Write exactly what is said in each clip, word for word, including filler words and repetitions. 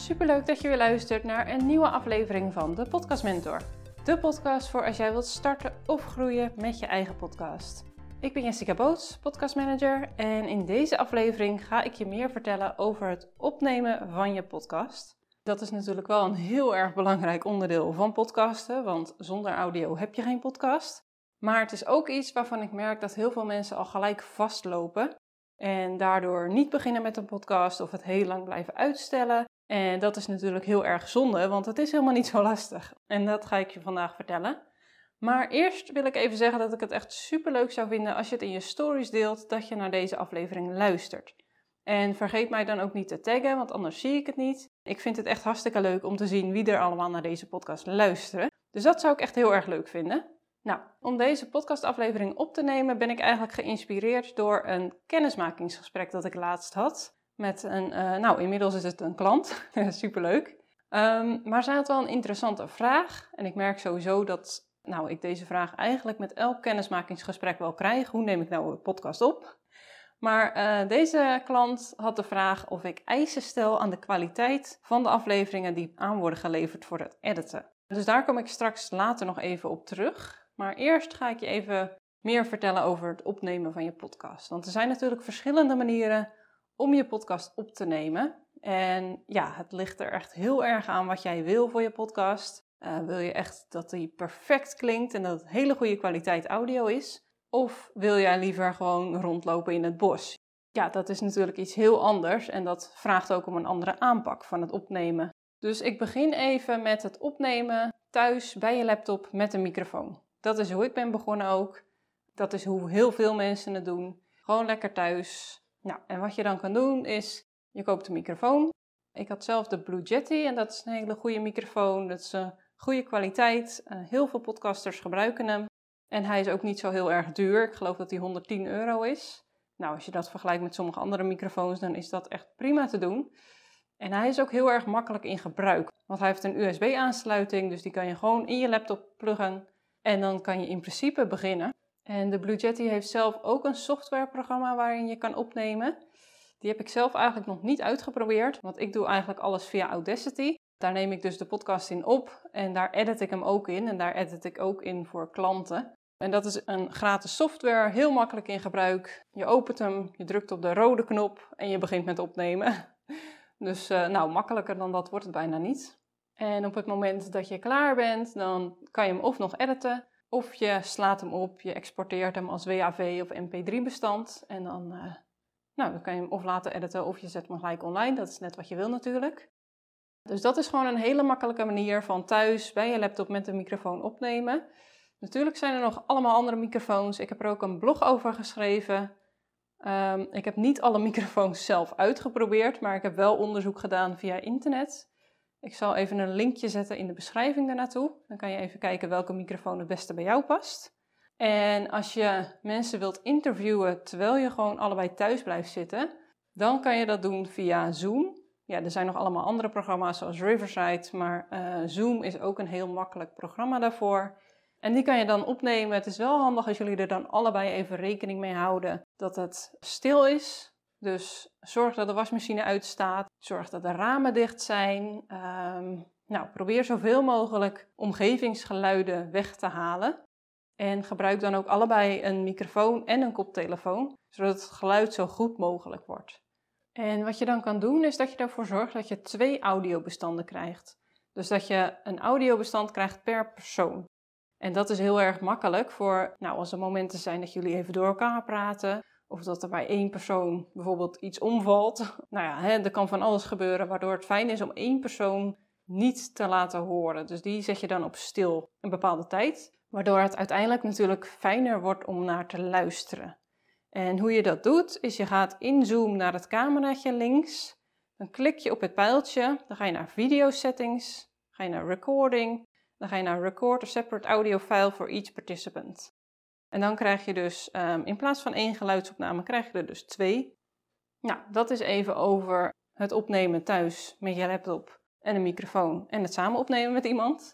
Superleuk dat je weer luistert naar een nieuwe aflevering van de Podcast Mentor. De podcast voor als jij wilt starten of groeien met je eigen podcast. Ik ben Jessica Boots, podcastmanager, en in deze aflevering ga ik je meer vertellen over het opnemen van je podcast. Dat is natuurlijk wel een heel erg belangrijk onderdeel van podcasten, want zonder audio heb je geen podcast. Maar het is ook iets waarvan ik merk dat heel veel mensen al gelijk vastlopen en daardoor niet beginnen met een podcast of het heel lang blijven uitstellen. En dat is natuurlijk heel erg zonde, want het is helemaal niet zo lastig. En dat ga ik je vandaag vertellen. Maar eerst wil ik even zeggen dat ik het echt superleuk zou vinden als je het in je stories deelt dat je naar deze aflevering luistert. En vergeet mij dan ook niet te taggen, want anders zie ik het niet. Ik vind het echt hartstikke leuk om te zien wie er allemaal naar deze podcast luisteren. Dus dat zou ik echt heel erg leuk vinden. Nou, om deze podcastaflevering op te nemen ben ik eigenlijk geïnspireerd door een kennismakingsgesprek dat ik laatst had. Met een, uh, nou inmiddels is het een klant, superleuk. Um, maar zij had wel een interessante vraag. En ik merk sowieso dat nou, ik deze vraag eigenlijk met elk kennismakingsgesprek wel krijg. Hoe neem ik nou een podcast op? Maar uh, deze klant had de vraag of ik eisen stel aan de kwaliteit van de afleveringen die aan worden geleverd voor het editen. Dus daar kom ik straks later nog even op terug. Maar eerst ga ik je even meer vertellen over het opnemen van je podcast. Want er zijn natuurlijk verschillende manieren om je podcast op te nemen. En ja, het ligt er echt heel erg aan wat jij wil voor je podcast. Uh, wil je echt dat die perfect klinkt en dat het hele goede kwaliteit audio is? Of wil jij liever gewoon rondlopen in het bos? Ja, dat is natuurlijk iets heel anders en dat vraagt ook om een andere aanpak van het opnemen. Dus ik begin even met het opnemen thuis bij je laptop met een microfoon. Dat is hoe ik ben begonnen ook. Dat is hoe heel veel mensen het doen. Gewoon lekker thuis. Nou, en wat je dan kan doen is, je koopt een microfoon. Ik had zelf de Blue Yeti en dat is een hele goede microfoon. Dat is een goede kwaliteit. Uh, heel veel podcasters gebruiken hem. En hij is ook niet zo heel erg duur. Ik geloof dat hij honderdtien euro is. Nou, als je dat vergelijkt met sommige andere microfoons, dan is dat echt prima te doen. En hij is ook heel erg makkelijk in gebruik. Want hij heeft een U S B-aansluiting, dus die kan je gewoon in je laptop pluggen. En dan kan je in principe beginnen. En de Blue Yeti heeft zelf ook een softwareprogramma waarin je kan opnemen. Die heb ik zelf eigenlijk nog niet uitgeprobeerd, want ik doe eigenlijk alles via Audacity. Daar neem ik dus de podcast in op en daar edit ik hem ook in. En daar edit ik ook in voor klanten. En dat is een gratis software, heel makkelijk in gebruik. Je opent hem, je drukt op de rode knop en je begint met opnemen. Dus uh, nou, makkelijker dan dat wordt het bijna niet. En op het moment dat je klaar bent, dan kan je hem of nog editen. Of je slaat hem op, je exporteert hem als W A V of M P drie bestand. En dan, uh, nou, dan kan je hem of laten editen of je zet hem gelijk online. Dat is net wat je wil natuurlijk. Dus dat is gewoon een hele makkelijke manier van thuis bij je laptop met een microfoon opnemen. Natuurlijk zijn er nog allemaal andere microfoons. Ik heb er ook een blog over geschreven. Um, ik heb niet alle microfoons zelf uitgeprobeerd, maar ik heb wel onderzoek gedaan via internet. Ik zal even een linkje zetten in de beschrijving daarnaartoe. Dan kan je even kijken welke microfoon het beste bij jou past. En als je mensen wilt interviewen terwijl je gewoon allebei thuis blijft zitten, dan kan je dat doen via Zoom. Ja, er zijn nog allemaal andere programma's zoals Riverside, maar uh, Zoom is ook een heel makkelijk programma daarvoor. En die kan je dan opnemen. Het is wel handig als jullie er dan allebei even rekening mee houden dat het stil is. Dus zorg dat de wasmachine uitstaat. Zorg dat de ramen dicht zijn. Um, nou, probeer zoveel mogelijk omgevingsgeluiden weg te halen. En gebruik dan ook allebei een microfoon en een koptelefoon, zodat het geluid zo goed mogelijk wordt. En wat je dan kan doen is dat je ervoor zorgt dat je twee audiobestanden krijgt. Dus dat je een audiobestand krijgt per persoon. En dat is heel erg makkelijk voor, nou, als er momenten zijn dat jullie even door elkaar praten. Of dat er bij één persoon bijvoorbeeld iets omvalt. Nou ja, hè, er kan van alles gebeuren, waardoor het fijn is om één persoon niet te laten horen. Dus die zet je dan op stil een bepaalde tijd. Waardoor het uiteindelijk natuurlijk fijner wordt om naar te luisteren. En hoe je dat doet, is je gaat in Zoom naar het cameraatje links. Dan klik je op het pijltje. Dan ga je naar Video Settings. Ga je naar Recording. Dan ga je naar Record a separate audio file for each participant. En dan krijg je dus, um, in plaats van één geluidsopname, krijg je er dus twee. Nou, dat is even over het opnemen thuis met je laptop en een microfoon. En het samen opnemen met iemand.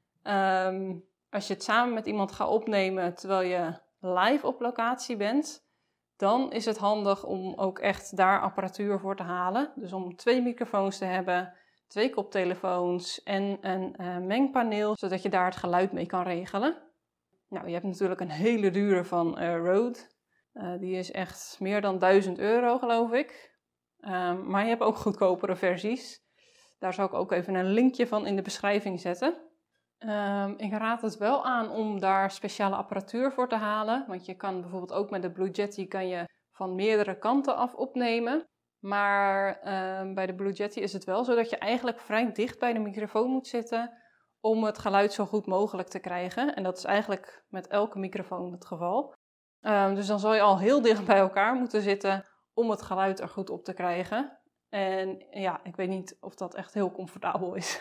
Um, als je het samen met iemand gaat opnemen terwijl je live op locatie bent, dan is het handig om ook echt daar apparatuur voor te halen. Dus om twee microfoons te hebben twee koptelefoons en een uh, mengpaneel, zodat je daar het geluid mee kan regelen. Nou, je hebt natuurlijk een hele dure van uh, Rode. Uh, die is echt meer dan duizend euro, geloof ik. Um, maar je hebt ook goedkopere versies. Daar zal ik ook even een linkje van in de beschrijving zetten. Um, ik raad het wel aan om daar speciale apparatuur voor te halen. Want je kan bijvoorbeeld ook met de Blue Yeti kan je van meerdere kanten af opnemen. Maar um, bij de Blue Yeti is het wel zo dat je eigenlijk vrij dicht bij de microfoon moet zitten om het geluid zo goed mogelijk te krijgen. En dat is eigenlijk met elke microfoon het geval. Um, dus dan zal je al heel dicht bij elkaar moeten zitten om het geluid er goed op te krijgen. En ja, ik weet niet of dat echt heel comfortabel is.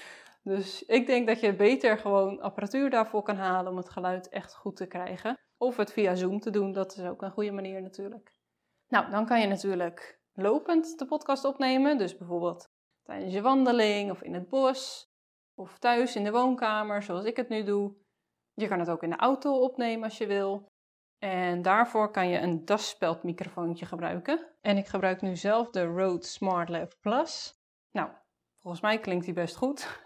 Dus ik denk dat je beter gewoon apparatuur daarvoor kan halen om het geluid echt goed te krijgen. Of het via Zoom te doen, dat is ook een goede manier natuurlijk. Nou, dan kan je natuurlijk lopend de podcast opnemen. Dus bijvoorbeeld tijdens je wandeling of in het bos. Of thuis in de woonkamer, zoals ik het nu doe. Je kan het ook in de auto opnemen als je wil. En daarvoor kan je een daspeldmicrofoontje gebruiken. En ik gebruik nu zelf de Rode SmartLav Plus. Nou, volgens mij klinkt die best goed.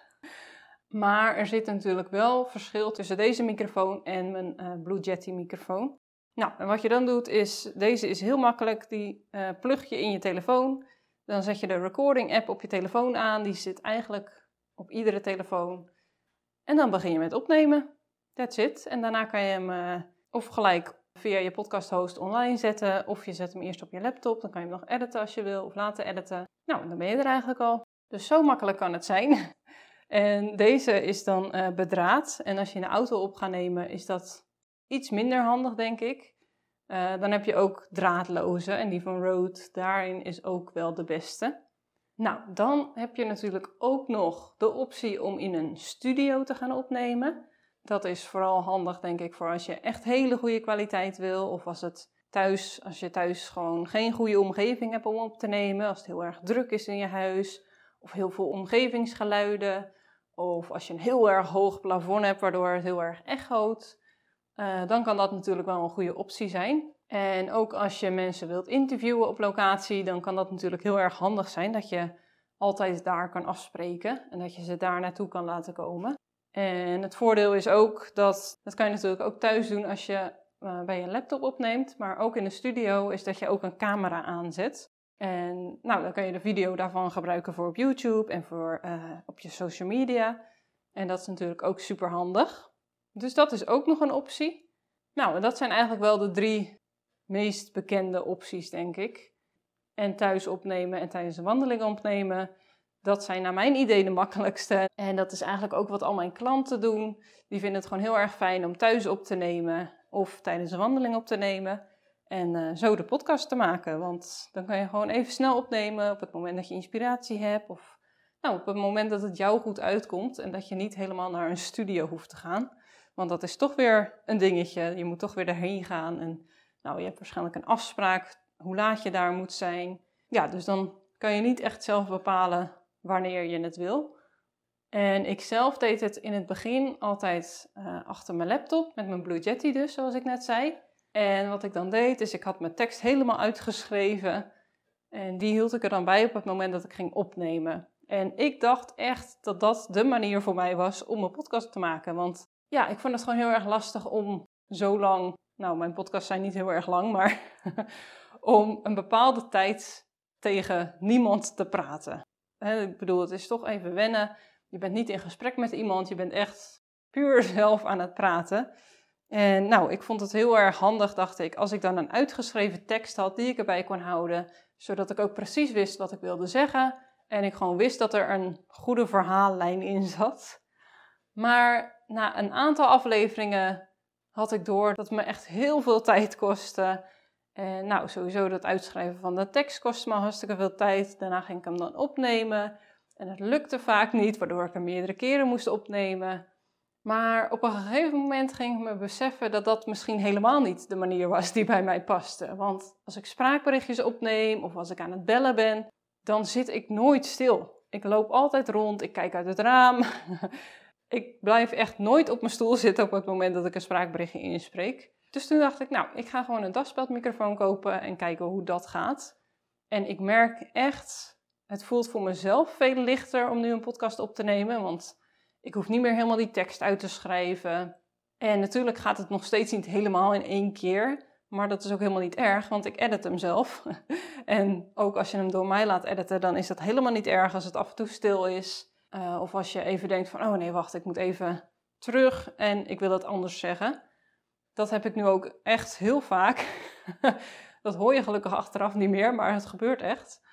Maar er zit natuurlijk wel verschil tussen deze microfoon en mijn uh, Blue Yeti microfoon. Nou, en wat je dan doet is, deze is heel makkelijk, die uh, plug je in je telefoon. Dan zet je de recording app op je telefoon aan, die zit eigenlijk op iedere telefoon. En dan begin je met opnemen. That's it. En daarna kan je hem uh, of gelijk via je podcast host online zetten, of je zet hem eerst op je laptop, dan kan je hem nog editen als je wil, of laten editen. Nou, dan ben je er eigenlijk al. Dus zo makkelijk kan het zijn. En deze is dan uh, bedraad. En als je in de auto op gaat nemen, is dat iets minder handig, denk ik. Uh, dan heb je ook draadloze en die van Rode, daarin is ook wel de beste. Nou, dan heb je natuurlijk ook nog de optie om in een studio te gaan opnemen. Dat is vooral handig, denk ik, voor als je echt hele goede kwaliteit wil. Of als, het thuis, als je thuis gewoon geen goede omgeving hebt om op te nemen. Als het heel erg druk is in je huis. Of heel veel omgevingsgeluiden. Of als je een heel erg hoog plafond hebt, waardoor het heel erg echoot. Uh, dan kan dat natuurlijk wel een goede optie zijn. En ook als je mensen wilt interviewen op locatie, dan kan dat natuurlijk heel erg handig zijn. Dat je altijd daar kan afspreken en dat je ze daar naartoe kan laten komen. En het voordeel is ook dat, dat kan je natuurlijk ook thuis doen als je uh, bij je laptop opneemt. Maar ook in de studio is dat je ook een camera aanzet. En nou, dan kan je de video daarvan gebruiken voor op YouTube en voor uh, op je social media. En dat is natuurlijk ook super handig. Dus dat is ook nog een optie. Nou, en dat zijn eigenlijk wel de drie meest bekende opties, denk ik. En thuis opnemen en tijdens een wandeling opnemen. Dat zijn naar mijn idee de makkelijkste. En dat is eigenlijk ook wat al mijn klanten doen. Die vinden het gewoon heel erg fijn om thuis op te nemen of tijdens een wandeling op te nemen. En uh, zo de podcast te maken. Want dan kan je gewoon even snel opnemen op het moment dat je inspiratie hebt. Of nou, op het moment dat het jou goed uitkomt. En dat je niet helemaal naar een studio hoeft te gaan. Want dat is toch weer een dingetje. Je moet toch weer erheen gaan. En nou, je hebt waarschijnlijk een afspraak hoe laat je daar moet zijn. Ja, dus dan kan je niet echt zelf bepalen wanneer je het wil. En ik zelf deed het in het begin altijd uh, achter mijn laptop. Met mijn Blue Yeti dus, zoals ik net zei. En wat ik dan deed, is ik had mijn tekst helemaal uitgeschreven. En die hield ik er dan bij op het moment dat ik ging opnemen. En ik dacht echt dat dat de manier voor mij was om een podcast te maken. Want ja, ik vond het gewoon heel erg lastig om zo lang... Nou, mijn podcasts zijn niet heel erg lang, maar... om een bepaalde tijd tegen niemand te praten. He, ik bedoel, het is toch even wennen. Je bent niet in gesprek met iemand. Je bent echt puur zelf aan het praten. En nou, ik vond het heel erg handig, dacht ik, als ik dan een uitgeschreven tekst had die ik erbij kon houden, zodat ik ook precies wist wat ik wilde zeggen en ik gewoon wist dat er een goede verhaallijn in zat. Maar na een aantal afleveringen had ik door dat het me echt heel veel tijd kostte. En nou, sowieso dat uitschrijven van de tekst kostte me hartstikke veel tijd. Daarna ging ik hem dan opnemen en het lukte vaak niet, waardoor ik hem meerdere keren moest opnemen. Maar op een gegeven moment ging ik me beseffen dat dat misschien helemaal niet de manier was die bij mij paste. Want als ik spraakberichtjes opneem of als ik aan het bellen ben, dan zit ik nooit stil. Ik loop altijd rond, ik kijk uit het raam. Ik blijf echt nooit op mijn stoel zitten op het moment dat ik een spraakberichtje inspreek. Dus toen dacht ik, nou, ik ga gewoon een daspeldmicrofoon kopen en kijken hoe dat gaat. En ik merk echt Het voelt voor mezelf veel lichter om nu een podcast op te nemen, want ik hoef niet meer helemaal die tekst uit te schrijven. En natuurlijk gaat het nog steeds niet helemaal in één keer, maar dat is ook helemaal niet erg, want ik edit hem zelf. En ook als je hem door mij laat editen, dan is dat helemaal niet erg als het af en toe stil is. Uh, of als je even denkt van, oh nee, wacht, ik moet even terug en ik wil het anders zeggen. Dat heb ik nu ook echt heel vaak. Dat hoor je gelukkig achteraf niet meer, maar het gebeurt echt.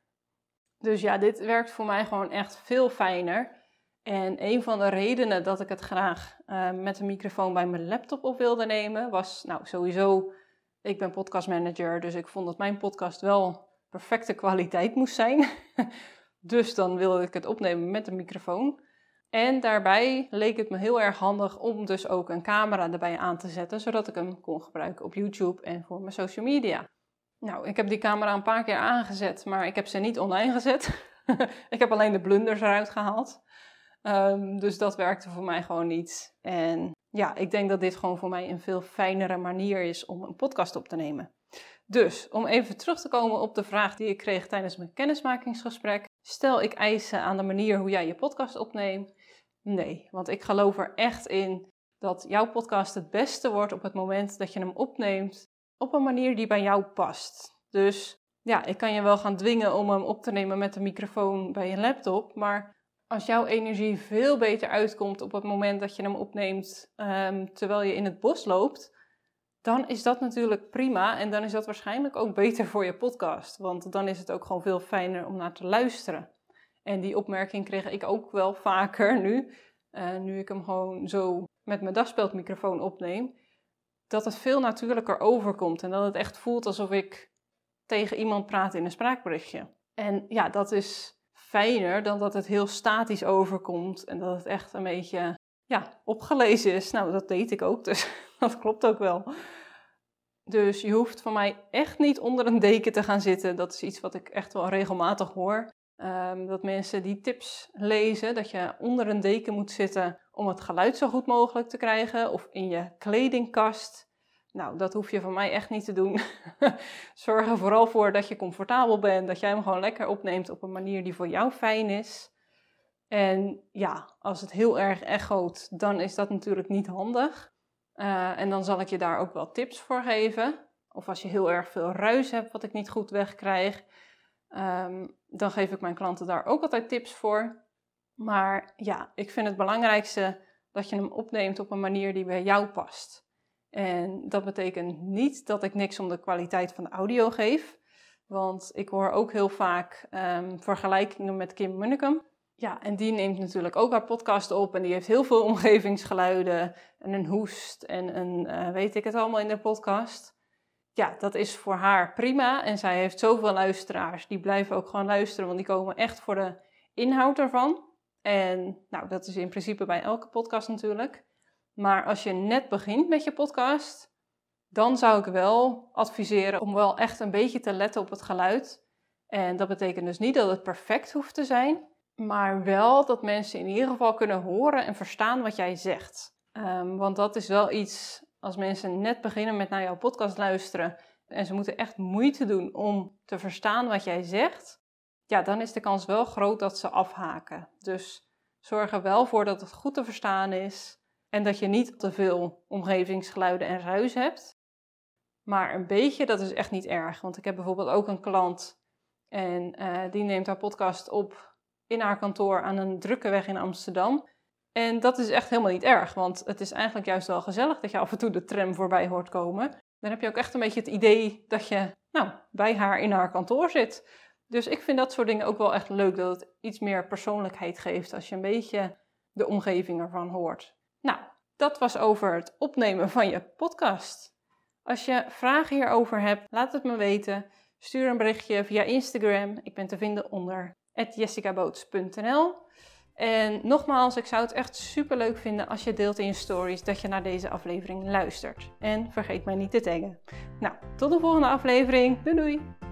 Dus ja, dit werkt voor mij gewoon echt veel fijner. En een van de redenen dat ik het graag uh, met een microfoon bij mijn laptop op wilde nemen, was nou sowieso, ik ben podcastmanager, dus ik vond dat mijn podcast wel perfecte kwaliteit moest zijn. Dus dan wilde ik het opnemen met een microfoon. En daarbij leek het me heel erg handig om dus ook een camera erbij aan te zetten, zodat ik hem kon gebruiken op YouTube en voor mijn social media. Nou, ik heb die camera een paar keer aangezet, maar ik heb ze niet online gezet. Ik heb alleen de blunders eruit gehaald. Um, dus dat werkte voor mij gewoon niet. En ja, ik denk dat dit gewoon voor mij een veel fijnere manier is om een podcast op te nemen. Dus, om even terug te komen op de vraag die ik kreeg tijdens mijn kennismakingsgesprek. Stel ik eisen aan de manier hoe jij je podcast opneemt? Nee, want ik geloof er echt in dat jouw podcast het beste wordt op het moment dat je hem opneemt op een manier die bij jou past. Dus ja, ik kan je wel gaan dwingen om hem op te nemen met een microfoon bij je laptop, maar als jouw energie veel beter uitkomt op het moment dat je hem opneemt um, terwijl je in het bos loopt, dan is dat natuurlijk prima en dan is dat waarschijnlijk ook beter voor je podcast. Want dan is het ook gewoon veel fijner om naar te luisteren. En die opmerking kreeg ik ook wel vaker nu, uh, nu ik hem gewoon zo met mijn dagspeelmicrofoon opneem, dat het veel natuurlijker overkomt en dat het echt voelt alsof ik tegen iemand praat in een spraakberichtje. En ja, dat is fijner dan dat het heel statisch overkomt en dat het echt een beetje ja, opgelezen is. Nou, dat deed ik ook, dus dat klopt ook wel. Dus je hoeft van mij echt niet onder een deken te gaan zitten. Dat is iets wat ik echt wel regelmatig hoor. Um, dat mensen die tips lezen, dat je onder een deken moet zitten om het geluid zo goed mogelijk te krijgen. Of in je kledingkast. Nou, dat hoef je van mij echt niet te doen. Zorg er vooral voor dat je comfortabel bent. Dat jij hem gewoon lekker opneemt op een manier die voor jou fijn is. En ja, als het heel erg echoot, dan is dat natuurlijk niet handig. Uh, en dan zal ik je daar ook wel tips voor geven. Of als je heel erg veel ruis hebt wat ik niet goed wegkrijg, um, dan geef ik mijn klanten daar ook altijd tips voor. Maar ja, ik vind het belangrijkste dat je hem opneemt op een manier die bij jou past. En dat betekent niet dat ik niks om de kwaliteit van de audio geef. Want ik hoor ook heel vaak um, vergelijkingen met Kim Munnekom. Ja, en die neemt natuurlijk ook haar podcast op en die heeft heel veel omgevingsgeluiden en een hoest en een uh, weet ik het allemaal in de podcast. Ja, dat is voor haar prima en zij heeft zoveel luisteraars, die blijven ook gewoon luisteren, want die komen echt voor de inhoud ervan. En nou, dat is in principe bij elke podcast natuurlijk. Maar als je net begint met je podcast, dan zou ik wel adviseren om wel echt een beetje te letten op het geluid. En dat betekent dus niet dat het perfect hoeft te zijn, maar wel dat mensen in ieder geval kunnen horen en verstaan wat jij zegt. Um, want dat is wel iets, als mensen net beginnen met naar jouw podcast luisteren en ze moeten echt moeite doen om te verstaan wat jij zegt, ja, dan is de kans wel groot dat ze afhaken. Dus zorg er wel voor dat het goed te verstaan is en dat je niet te veel omgevingsgeluiden en ruis hebt. Maar een beetje, dat is echt niet erg. Want ik heb bijvoorbeeld ook een klant en uh, die neemt haar podcast op in haar kantoor aan een drukke weg in Amsterdam. En dat is echt helemaal niet erg, want het is eigenlijk juist wel gezellig dat je af en toe de tram voorbij hoort komen. Dan heb je ook echt een beetje het idee dat je nou, bij haar in haar kantoor zit. Dus ik vind dat soort dingen ook wel echt leuk, dat het iets meer persoonlijkheid geeft als je een beetje de omgeving ervan hoort. Nou, dat was over het opnemen van je podcast. Als je vragen hierover hebt, laat het me weten. Stuur een berichtje via Instagram. Ik ben te vinden onder at jessicaboots punt n l. En nogmaals, ik zou het echt super leuk vinden als je deelt in je stories dat je naar deze aflevering luistert. En vergeet mij niet te taggen. Nou, tot de volgende aflevering. Doei doei!